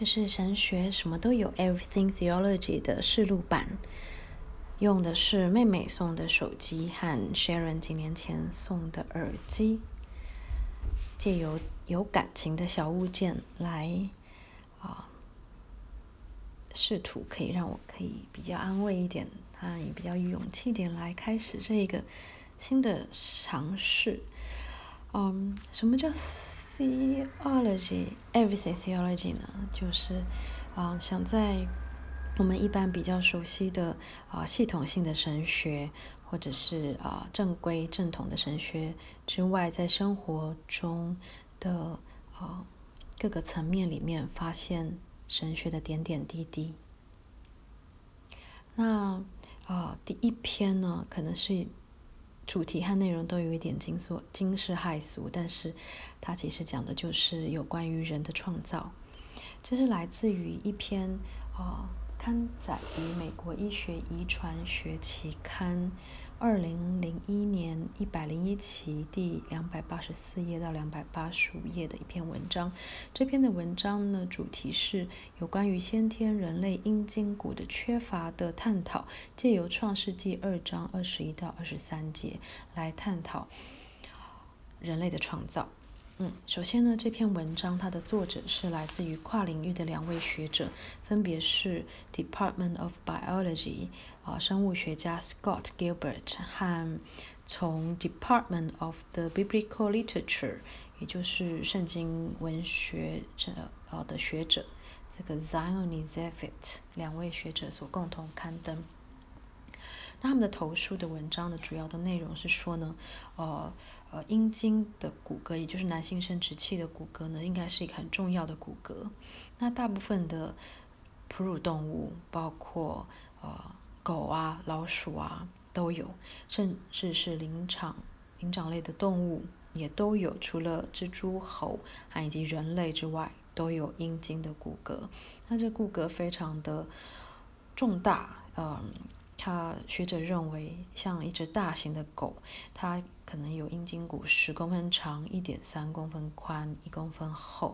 就是神学什么都有 Everything Theology 的试录版，用的是妹妹送的手机和 Sharon 几年前送的耳机，借由有感情的小物件来试图可以让我可以比较安慰一点，也比较有勇气一点来开始这个新的尝试。什么叫 theology everything theology 呢？就是想在我们一般比较熟悉的系统性的神学，或者是正规正统的神学之外，在生活中的各个层面里面发现神学的点点滴滴。那第一篇呢，可能是主题和内容都有一点惊世骇俗，但是它其实讲的就是有关于人的创造。这是来自于一篇刊载于美国医学遗传学期刊2001年101期第284页到285页的一篇文章。这篇的文章呢，主题是有关于先天人类阴茎骨的缺乏的探讨，借由创世纪2章21到23节来探讨人类的创造。首先呢，这篇文章它的作者是来自于跨领域的2位学者，分别是 Department of Biology 生物学家 Scott Gilbert 和从 Department of the Biblical Literature 也就是圣经文学的学者，这个 Zion Zevit 2位学者所共同刊登。那他们的投书的文章的主要的内容是说呢，阴茎的骨骼，也就是男性生殖器的骨骼呢，应该是一个很重要的骨骼。那大部分的哺乳动物，包括狗啊、老鼠啊都有，甚至是灵长类的动物也都有，除了蜘蛛、猴以及人类之外，都有阴茎的骨骼。那这骨骼非常的重大，学者认为，像一只大型的狗，它可能有阴茎骨10公分长、1.3公分宽、1公分厚。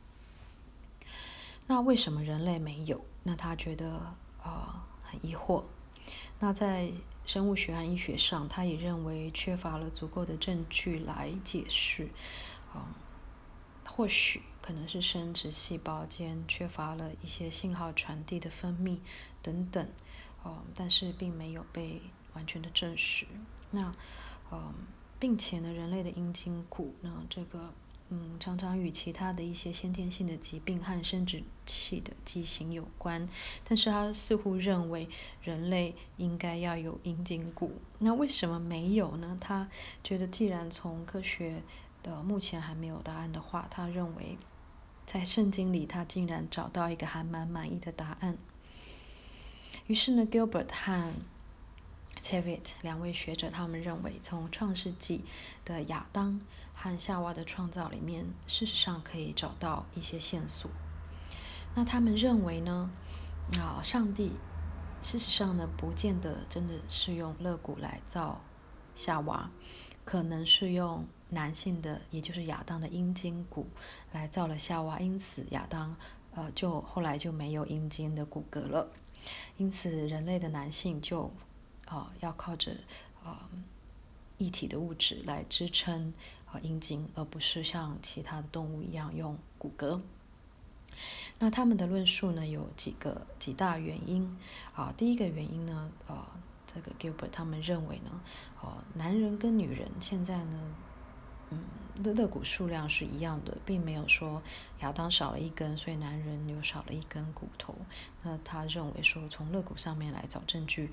那为什么人类没有？那他觉得很疑惑。那在生物学和医学上，他也认为缺乏了足够的证据来解释。或许可能是生殖细胞间缺乏了一些信号传递的分泌等等。但是并没有被完全的证实。那并且呢，人类的阴茎骨呢，这个常常与其他的一些先天性的疾病和生殖器的畸形有关。但是他似乎认为人类应该要有阴茎骨。那为什么没有呢？他觉得既然从科学的目前还没有答案的话，他认为在圣经里他竟然找到一个还蛮满意的答案。于是呢 Gilbert 和 Zevit 2位学者，他们认为从创世纪的亚当和夏娃的创造里面，事实上可以找到一些线索。那他们认为呢，上帝事实上呢，不见得真的是用肋骨来造夏娃，可能是用男性的，也就是亚当的阴茎骨来造了夏娃，因此亚当后来就没有阴茎的骨骼了。因此人类的男性就要靠着液体的物质来支撑阴茎，而不是像其他的动物一样用骨骼。那他们的论述呢，有几大原因。第一个原因呢，这个 Gilbert 他们认为呢，男人跟女人现在呢肋骨数量是一样的，并没有说亚当少了一根，所以男人有少了一根骨头。那他认为说，从肋骨上面来找证据，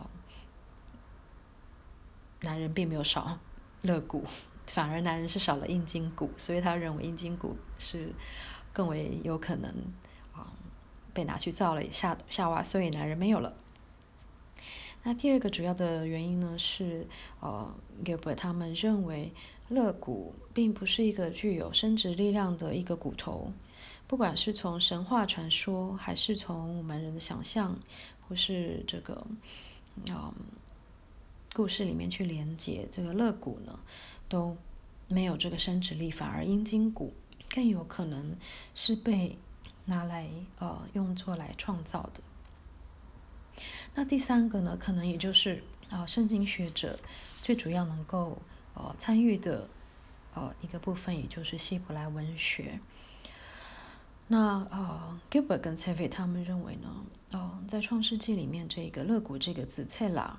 男人并没有少肋骨，反而男人是少了阴茎骨，所以他认为阴茎骨是更为有可能被拿去造了夏娃，所以男人没有了。那第二个主要的原因呢，是Gilbert 他们认为肋骨并不是一个具有生殖力量的一个骨头。不管是从神话传说，还是从我们人的想象，或是这个故事里面去连接，这个肋骨呢都没有这个生殖力，反而阴茎骨更有可能是被拿来用作来创造的。那第三个呢，可能也就是圣经学者最主要能够参与的一个部分，也就是希伯来文学。那Gilbert 跟 Tevi 他们认为呢，在创世纪里面这个勒古这个字 Tsela，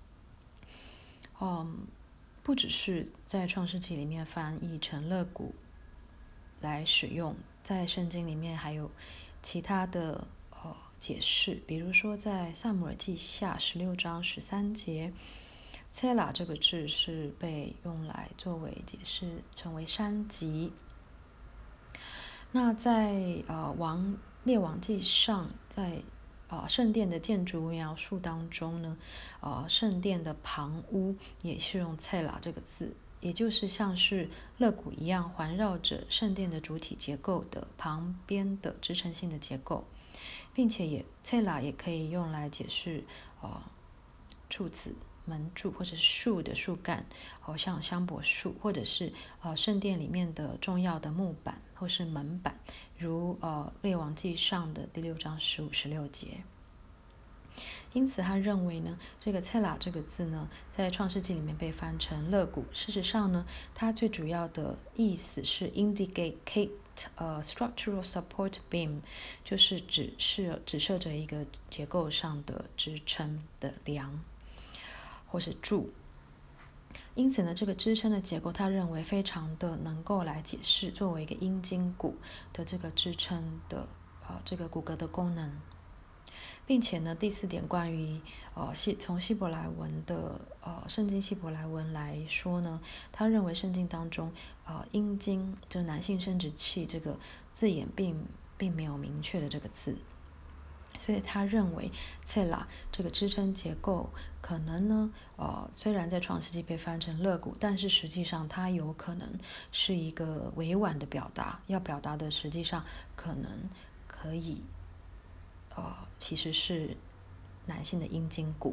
不只是在创世纪里面翻译成勒古来使用，在圣经里面还有其他的解释，比如说在撒母耳记下16章13节 Tsela 这个字是被用来作为解释成为山脊。那在列王记上，在圣殿的建筑描述当中呢，圣殿的旁屋也是用 Tsela 这个字，也就是像是肋骨一样环绕着圣殿的主体结构的旁边的支撑性的结构，并且Tsela 也可以用来解释柱子、门柱或者是树的树干，像香柏树，或者是圣殿里面的重要的木板或是门板，如列王记上的第6章15、16节。因此他认为呢，这个 Tsela 这个字呢，在创世纪里面被翻成肋骨，事实上呢，它最主要的意思是 indicate structural support beam， 就是指涉着一个结构上的支撑的梁或是柱。因此呢，这个支撑的结构，他认为非常的能够来解释作为一个阴茎骨的这个支撑的这个骨骼的功能。并且呢，第4点关于从希伯来文的圣经希伯来文来说呢，他认为圣经当中阴茎就是男性生殖器这个字眼并没有明确的这个字。所以他认为 Tsela 这个支撑结构可能呢虽然在创世纪被翻成肋骨，但是实际上它有可能是一个委婉的表达，要表达的实际上可能可以其实是男性的阴茎骨。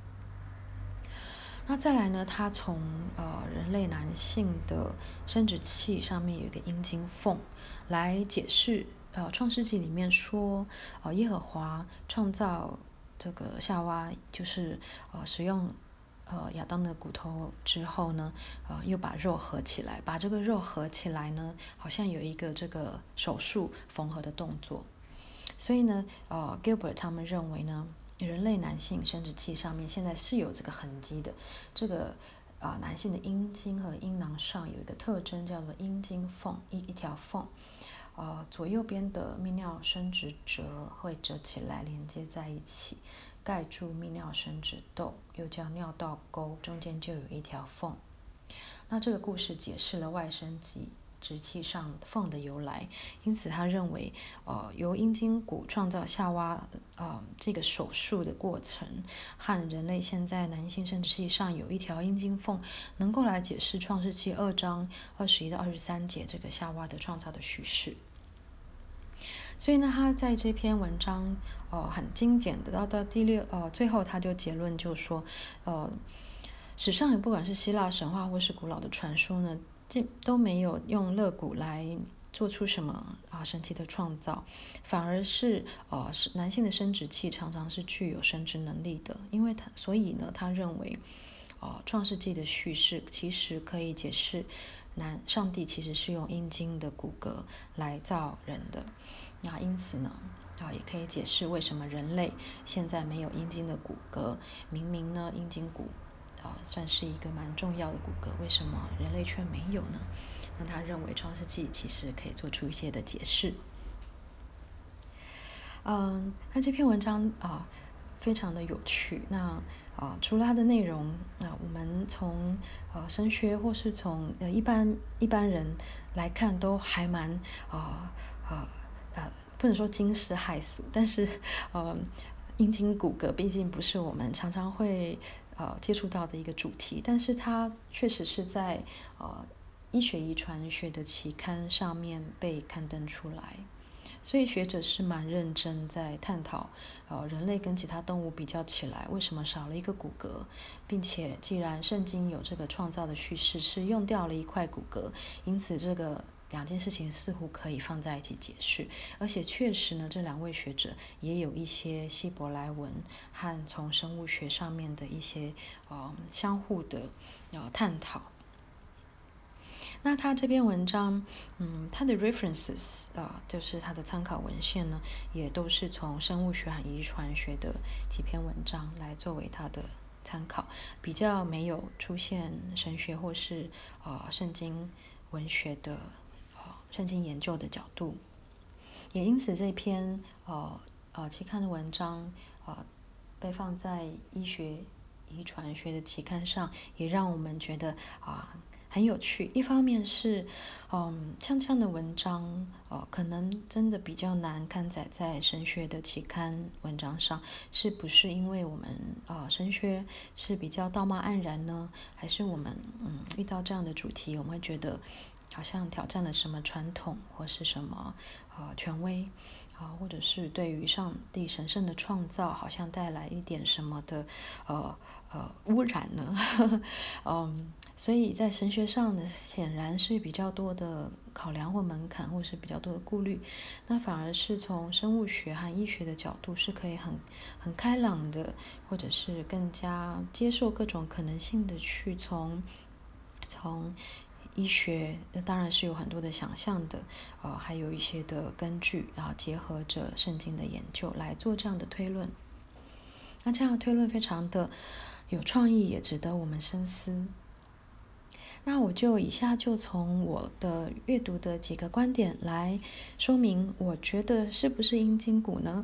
那再来呢，他从人类男性的生殖器上面有一个阴茎缝来解释创世纪里面说耶和华创造这个夏娃，就是使用亚当的骨头之后呢又把肉合起来，把这个肉合起来呢，好像有一个这个手术缝合的动作。所以呢Gilbert 他们认为呢，人类男性生殖器上面现在是有这个痕迹的，这个男性的阴茎和阴囊上有一个特征叫做阴茎缝，一条缝，左右边的泌尿生殖折会折起来连接在一起，盖住泌尿生殖窦，又叫尿道沟，中间就有一条缝。那这个故事解释了外生殖器上缝的由来，因此他认为由阴茎骨创造夏娃这个手术的过程和人类现在男性生殖器上有一条阴茎缝，能够来解释创世纪2章21到23节这个夏娃的创造的叙事。所以呢，他在这篇文章很精简的到最后他就结论就说史上也不管是希腊神话或是古老的传说呢，都没有用肋骨来做出什么神奇的创造，反而是男性的生殖器常常是具有生殖能力的，所以呢，他认为创世纪的叙事其实可以解释上帝其实是用阴茎的骨骼来造人的。那因此呢也可以解释为什么人类现在没有阴茎的骨骼，明明呢阴茎骨算是一个蛮重要的骨骼，为什么人类却没有呢？那他认为创世纪其实可以做出一些的解释。那这篇文章非常的有趣。那除了它的内容，我们从神学或是从一般人来看，都还蛮不能说惊世骇俗，但是阴茎骨骼毕竟不是我们常常会接触到的一个主题，但是它确实是在医学遗传学的期刊上面被刊登出来，所以学者是蛮认真在探讨人类跟其他动物比较起来为什么少了一个骨骼，并且既然圣经有这个创造的叙事是用掉了一块骨骼，因此这个两件事情似乎可以放在一起解释，而且确实呢，这两位学者也有一些希伯来文和从生物学上面的一些相互的探讨。那他这篇文章，他的 references 就是他的参考文献呢，也都是从生物学和遗传学的几篇文章来作为他的参考，比较没有出现神学或是圣经文学的圣经研究的角度，也因此这篇期刊的文章被放在医学遗传学的期刊上，也让我们觉得很有趣。一方面是像这样的文章可能真的比较难刊载在神学的期刊文章上，是不是因为我们神学是比较道貌岸然呢？还是我们遇到这样的主题，我们会觉得好像挑战了什么传统或是什么权威或者是对于上帝神圣的创造好像带来一点什么的污染呢？所以在神学上呢，显然是比较多的考量或门槛，或是比较多的顾虑。那反而是从生物学和医学的角度，是可以很开朗的，或者是更加接受各种可能性的去从医学当然是有很多的想象的还有一些的根据结合着圣经的研究来做这样的推论。那这样的推论非常的有创意，也值得我们深思。那我就以下就从我的阅读的几个观点来说明，我觉得是不是阴茎骨呢？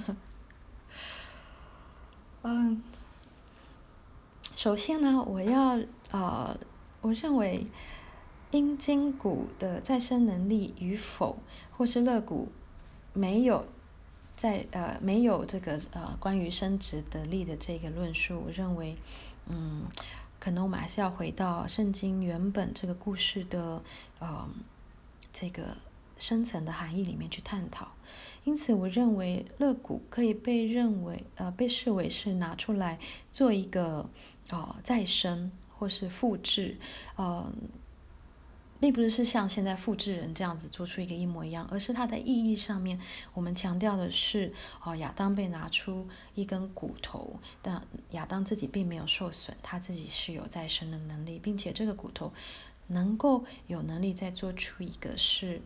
首先呢，我认为阴茎骨的再生能力与否，或是肋骨没有这个关于生殖得力的这个论述，我认为可能我们还是要回到圣经原本这个故事的这个深层的含义里面去探讨。因此我认为肋骨可以被视为是拿出来做一个再生或是复制并不是像现在复制人这样子做出一个一模一样，而是它的意义上面我们强调的是亚当被拿出一根骨头，但亚当自己并没有受损，他自己是有再生的能力，并且这个骨头能够有能力再做出一个是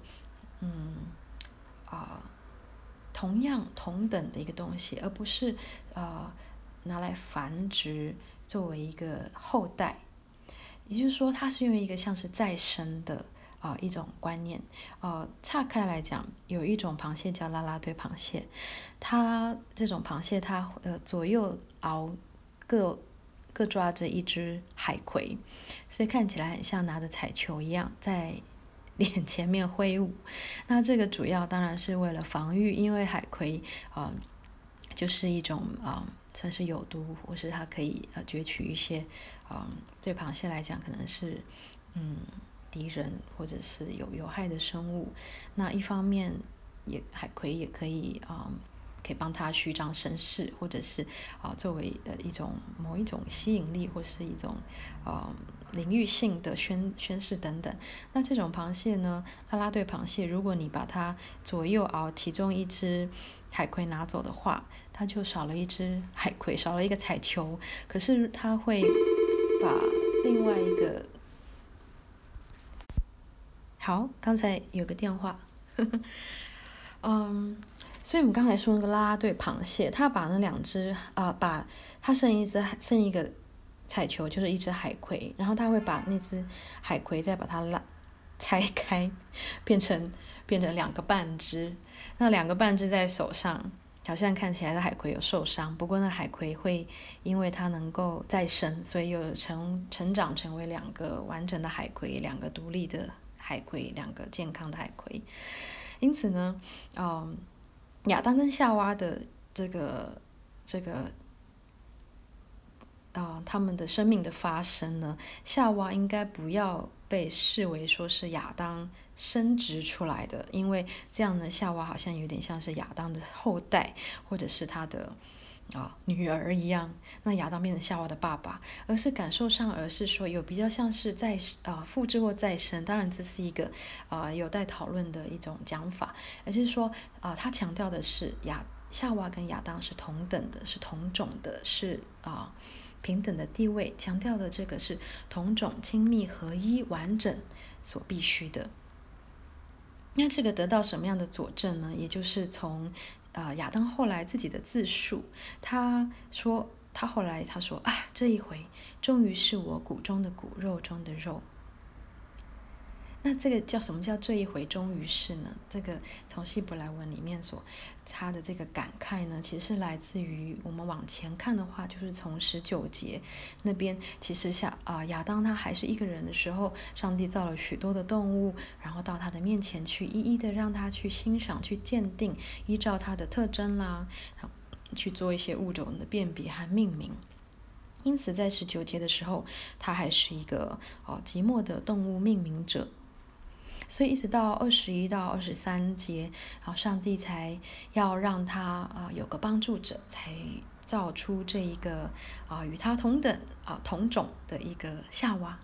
同样同等的一个东西，而不是拿来繁殖作为一个后代。也就是说它是用一个像是再生的一种观念岔开来讲，有一种螃蟹叫啦啦队螃蟹，它这种螃蟹它左右熬各抓着一只海葵，所以看起来很像拿着彩球一样在脸前面挥舞。那这个主要当然是为了防御，因为海葵就是一种算是有毒，或是它可以攫取一些对螃蟹来讲可能是敌人或者是有害的生物。那一方面海葵也可以帮它虚张声势，或者是作为某一种吸引力，或是一种领域性的宣示等等。那这种螃蟹呢，啦啦队螃蟹，如果你把它左右熬其中一只海葵拿走的话，它就少了一只海葵，少了一个彩球，可是它会把另外一个好，刚才有个电话所以我们刚才说那个啦啦队螃蟹，它把那两只把它剩一个彩球，就是一只海葵，然后它会把那只海葵再把它拆开，变成两个半只，那两个半只在手上，好像看起来的海葵有受伤，不过那海葵会因为它能够再生，所以有成长成为两个完整的海葵，两个独立的海葵，两个健康的海葵。因此呢亚当跟夏娃的这个他们的生命的发生呢，夏娃应该不要被视为说是亚当生殖出来的，因为这样呢夏娃好像有点像是亚当的后代，或者是他的女儿一样，那亚当变成夏娃的爸爸，而是感受上，而是说有比较像是复制或再生，当然这是一个有待讨论的一种讲法，也就是说他强调的是夏娃跟亚当是同等的，是同种的，是平等的地位，强调的这个是同种亲密合一完整所必须的。那这个得到什么样的佐证呢？也就是从亚当后来自己的自述，他说这一回终于是我骨中的骨肉中的肉。那这个什么叫这一回终于是呢？这个从希伯来文里面他的这个感慨呢，其实是来自于我们往前看的话，就是从19节那边，其实亚当他还是一个人的时候，上帝造了许多的动物，然后到他的面前去，一一的让他去欣赏、去鉴定，依照他的特征啦，去做一些物种的辨别和命名。因此在19节的时候，他还是一个寂寞的动物命名者。所以一直到21到23节，然后上帝才要让他有个帮助者，才造出这一个与他同等同种的一个夏娃。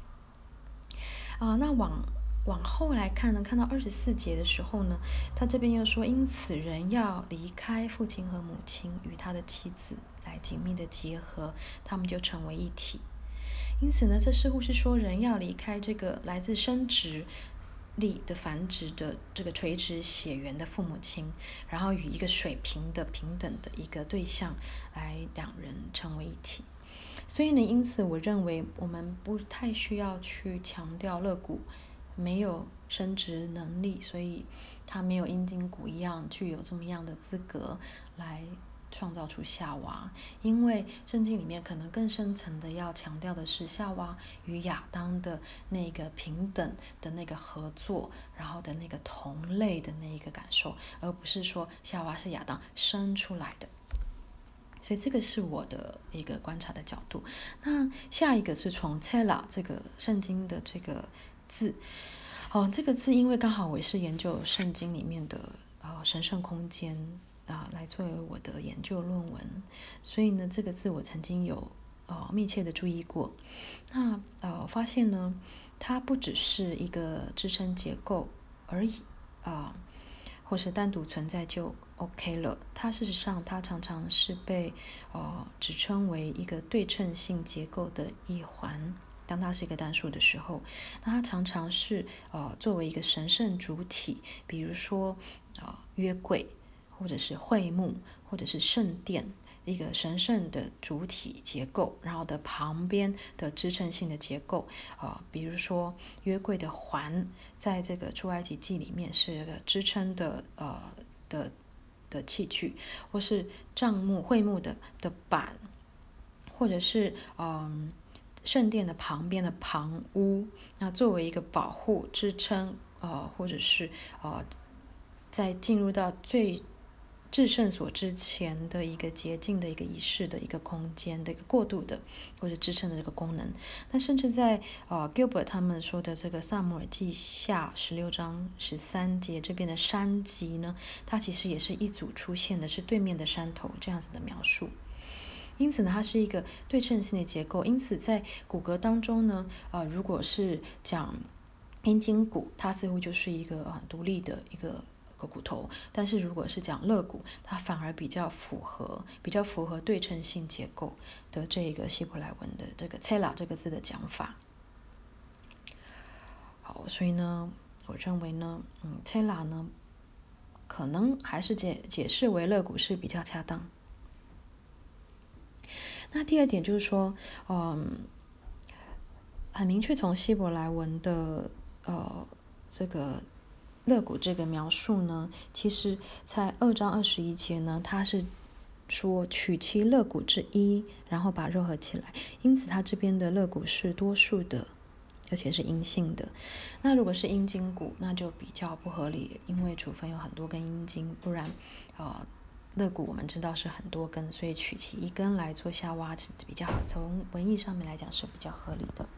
那往后来看呢，看到24节的时候呢，他这边又说，因此人要离开父亲和母亲，与他的妻子来紧密的结合，他们就成为一体。因此呢，这似乎是说人要离开这个来自生殖力的繁殖的这个垂直血缘的父母亲，然后与一个水平的平等的一个对象来两人成为一体。所以呢，因此我认为我们不太需要去强调肋骨没有生殖能力，所以他没有阴茎骨一样具有这么样的资格来创造出夏娃，因为圣经里面可能更深层的要强调的是夏娃与亚当的那个平等的那个合作，然后的那个同类的那一个感受，而不是说夏娃是亚当生出来的。所以这个是我的一个观察的角度。那下一个是从 Tsela 这个圣经的这个字，这个字因为刚好我也是研究圣经里面的神圣空间来作为我的研究论文，所以呢这个字我曾经有密切的注意过。那我发现呢，它不只是一个支撑结构而已或是单独存在就 OK 了。它事实上它常常是被指称为一个对称性结构的一环。当它是一个单数的时候，那它常常是作为一个神圣主体，比如说约柜，或者是会幕，或者是圣殿，一个神圣的主体结构，然后的旁边的支撑性的结构比如说约柜的环，在这个出埃及记里面是个支撑的器具，或是帐幕会幕的板，或者是圣殿的旁边的旁屋，那作为一个保护支撑或者是在进入到最至圣所之前的一个洁净的一个仪式的一个空间的一个过渡的或者支撑的这个功能。那甚至在Gilbert 他们说的这个撒母耳记下16章13节这边的山脊呢，它其实也是一组出现的，是对面的山头这样子的描述。因此呢，它是一个对称性的结构。因此在骨骼当中呢如果是讲阴茎骨，它似乎就是一个独立的一个骨头，但是如果是讲肋骨，它反而比较符合对称性结构的这个希伯来文的这个 Tsela 这个字的讲法。好，所以呢我认为呢Tsela 呢可能还是解释为肋骨是比较恰当。那第二点就是说很明确从希伯来文的这个肋骨这个描述呢，其实在2章21节呢，它是说取其肋骨之一，然后把肉合起来，因此它这边的肋骨是多数的，而且是阴性的。那如果是阴茎骨，那就比较不合理，因为处分有很多根阴茎，不然肋骨我们知道是很多根，所以取其一根来做夏娃比较好，从文意上面来讲是比较合理的。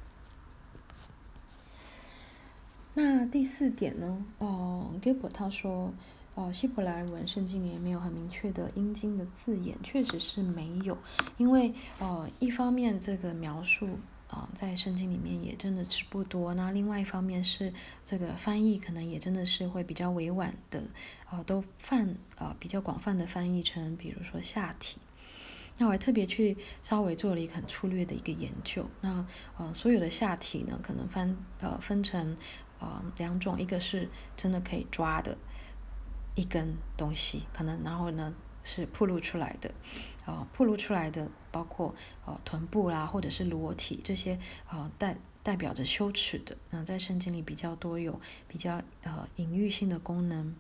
那第4点呢Gilbert 他说希伯来文圣经里面没有很明确的阴茎的字眼，确实是没有，因为一方面这个描述在圣经里面也真的是不多，那另外一方面是这个翻译可能也真的是会比较委婉的，都比较广泛的翻译成比如说下体。那我还特别去稍微做了一个很粗略的一个研究，那所有的下体呢可能分成两种，一个是真的可以抓的一根东西，可能然后呢是暴露出来的，暴露出来的包括臀部啦，或者是裸体这些代表着羞耻的，在圣经里比较多有比较隐喻性的功能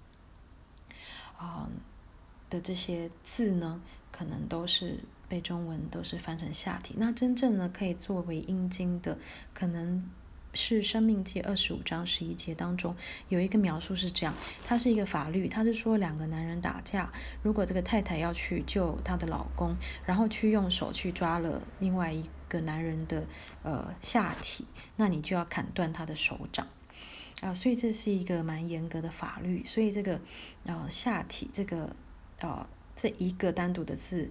的这些字呢，可能都是被中文都是翻成下体。那真正呢可以作为阴茎的，可能是申命记25章11节当中有一个描述是这样，它是一个法律，它是说两个男人打架，如果这个太太要去救她的老公，然后去用手去抓了另外一个男人的下体，那你就要砍断他的手掌。所以这是一个蛮严格的法律，所以这个下体这一个单独的字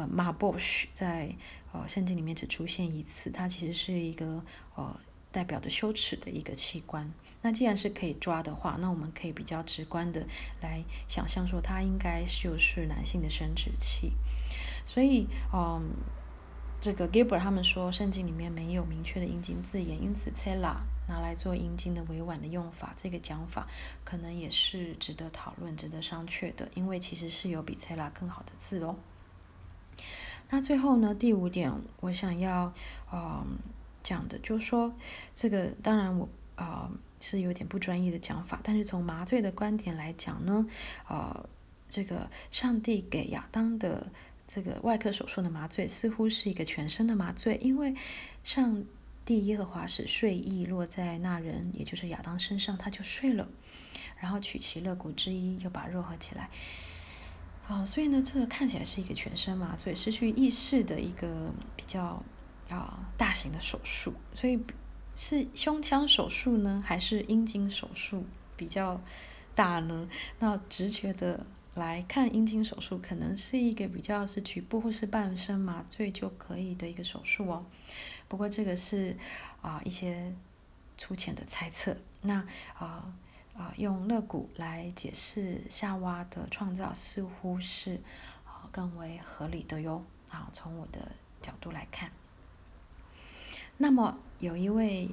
mabosh 在圣经里面只出现一次，它其实是一个代表着羞耻的一个器官。那既然是可以抓的话，那我们可以比较直观的来想象说它应该就是男性的生殖器。所以这个 Gilbert 他们说圣经里面没有明确的阴茎字眼，因此 Tsela 拿来做阴茎的委婉的用法，这个讲法可能也是值得讨论值得商榷的，因为其实是有比 Tsela 更好的字哦。那最后呢，第5点我想要讲的就是说，这个当然我是有点不专业的讲法，但是从麻醉的观点来讲呢这个上帝给亚当的这个外科手术的麻醉似乎是一个全身的麻醉，因为上帝耶和华使睡意落在那人也就是亚当身上，他就睡了，然后取其肋骨之一，又把肉合起来。所以呢这个看起来是一个全身麻醉失去意识的一个比较大型的手术，所以是胸腔手术呢还是阴茎手术比较大呢？那直觉的来看，阴茎手术可能是一个比较是局部或是半身麻醉就可以的一个手术哦。不过这个是一些粗浅的猜测。那用肋骨来解释夏娃的创造似乎是更为合理的哟。从我的角度来看，那么有一位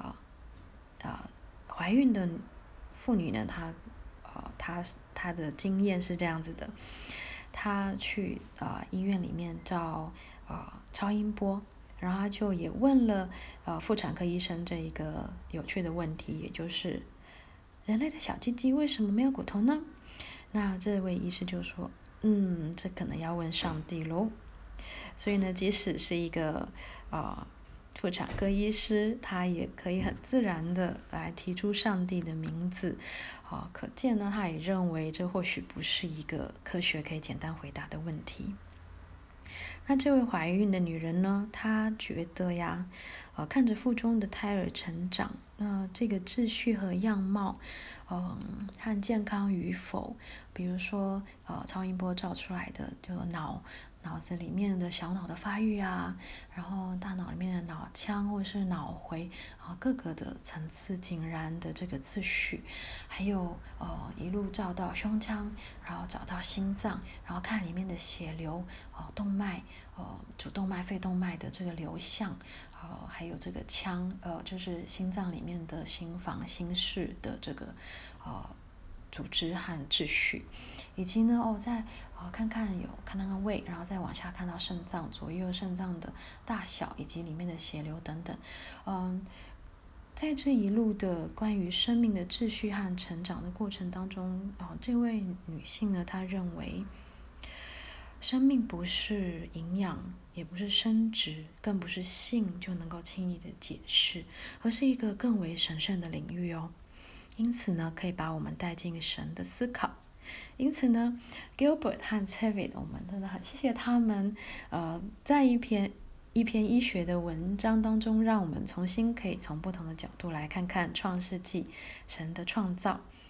怀孕的妇女呢，她的经验是这样子的，她去医院里面照超音波，然后她就也问了妇产科医生这一个有趣的问题，也就是人类的小鸡鸡为什么没有骨头呢？那这位医师就说这可能要问上帝咯。所以呢即使是一个妇产科医师，他也可以很自然的来提出上帝的名字可见呢他也认为这或许不是一个科学可以简单回答的问题。那这位怀孕的女人呢，她觉得呀看着腹中的胎儿成长，那这个秩序和样貌和健康与否，比如说超音波照出来的就脑子里面的小脑的发育然后大脑里面的脑腔或是脑回各个的层次井然的这个次序，还有一路照到胸腔，然后找到心脏，然后看里面的血流动脉主动脉肺动脉的这个流向还有这个腔就是心脏里面的心房心室的这个组织和秩序，以及呢再看那个胃，然后再往下看到肾脏，左右肾脏的大小以及里面的血流等等在这一路的关于生命的秩序和成长的过程当中这位女性呢，她认为生命不是营养，也不是生殖，更不是性就能够轻易的解释，而是一个更为神圣的领域哦。因此呢可以把我们带进神的思考。因此呢 Gilbert 和 Tevitt 我们真的很谢谢他们在一篇医学的文章当中，让我们重新可以从不同的角度来看看创世纪神的创造。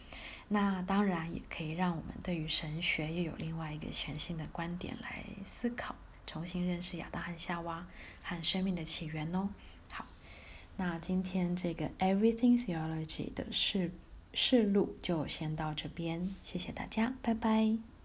那当然也可以让我们对于神学又有另外一个全新的观点来思考，重新认识亚当和夏娃和生命的起源哦。好，那今天这个 Everything Theology 的试录就先到这边，谢谢大家，拜拜。